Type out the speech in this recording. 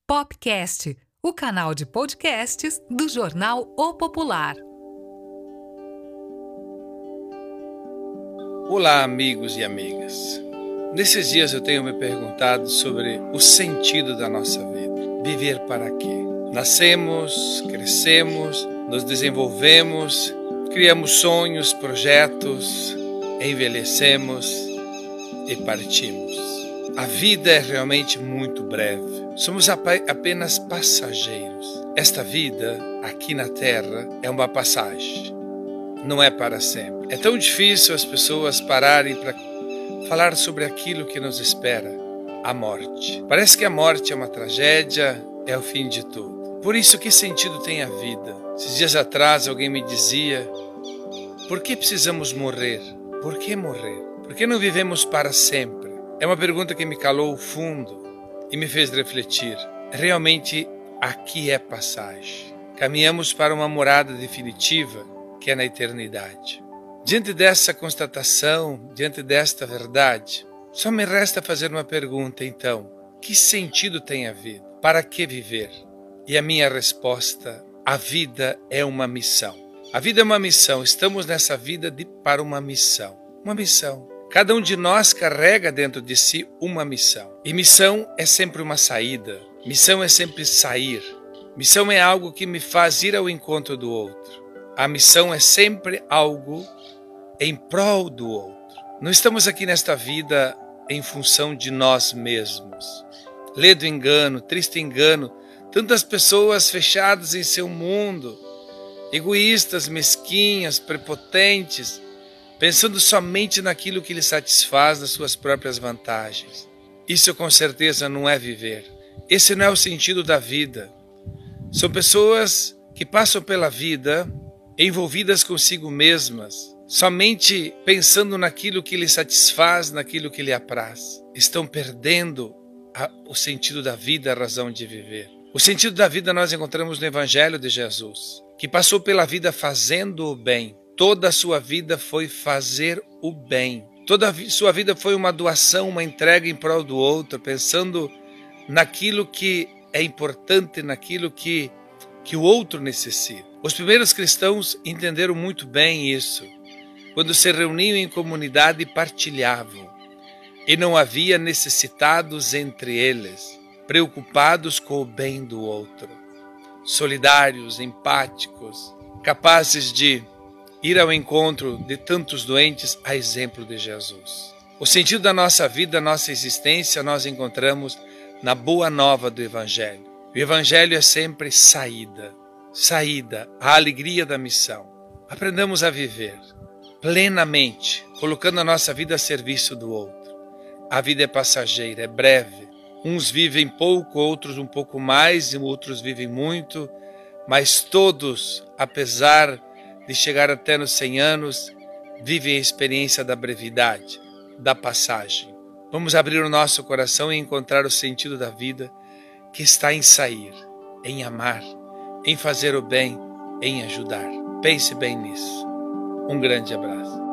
Popcast, o canal de podcasts do jornal O Popular. Olá, amigos e amigas. Nesses dias eu tenho me perguntado sobre o sentido da nossa vida. Viver para quê? Nascemos, crescemos, nos desenvolvemos, criamos sonhos, projetos, envelhecemos e partimos. A vida é realmente muito breve. Somos apenas passageiros. Esta vida, aqui na Terra, é uma passagem. Não é para sempre. É tão difícil as pessoas pararem para falar sobre aquilo que nos espera, a morte. Parece que a morte é uma tragédia, é o fim de tudo. Por isso, que sentido tem a vida? Esses dias atrás alguém me dizia: por que precisamos morrer? Por que morrer? Por que não vivemos para sempre? É uma pergunta que me calou fundo e me fez refletir. Realmente, aqui é passagem. Caminhamos para uma morada definitiva, que é na eternidade. Diante dessa constatação, diante desta verdade, só me resta fazer uma pergunta, então: que sentido tem a vida? Para que viver? E a minha resposta: a vida é uma missão. A vida é uma missão. Estamos nessa vida para uma missão. Uma missão. Cada um de nós carrega dentro de si uma missão. E missão é sempre uma saída. Missão é sempre sair. Missão é algo que me faz ir ao encontro do outro. A missão é sempre algo em prol do outro. Não estamos aqui nesta vida em função de nós mesmos. Ledo engano, triste engano, tantas pessoas fechadas em seu mundo, egoístas, mesquinhas, prepotentes, pensando somente naquilo que lhe satisfaz, nas suas próprias vantagens. Isso com certeza não é viver. Esse não é o sentido da vida. São pessoas que passam pela vida envolvidas consigo mesmas, somente pensando naquilo que lhe satisfaz, naquilo que lhe apraz. Estão perdendo o sentido da vida, a razão de viver. O sentido da vida nós encontramos no Evangelho de Jesus, que passou pela vida fazendo o bem. Toda a sua vida foi fazer o bem. Toda a sua vida foi uma doação, uma entrega em prol do outro, pensando naquilo que é importante, naquilo que o outro necessita. Os primeiros cristãos entenderam muito bem isso. Quando se reuniam em comunidade e partilhavam. E não havia necessitados entre eles, preocupados com o bem do outro. Solidários, empáticos, capazes de ir ao encontro de tantos doentes, a exemplo de Jesus. O sentido da nossa vida, da nossa existência, nós encontramos na boa nova do Evangelho. O Evangelho é sempre saída, a alegria da missão. Aprendamos a viver plenamente, colocando a nossa vida a serviço do outro. A vida é passageira, é breve. Uns vivem pouco, outros um pouco mais, e outros vivem muito, mas todos, apesar de chegar até nos 100 anos, vivem a experiência da brevidade, da passagem. Vamos abrir o nosso coração e encontrar o sentido da vida, que está em sair, em amar, em fazer o bem, em ajudar. Pense bem nisso. Um grande abraço.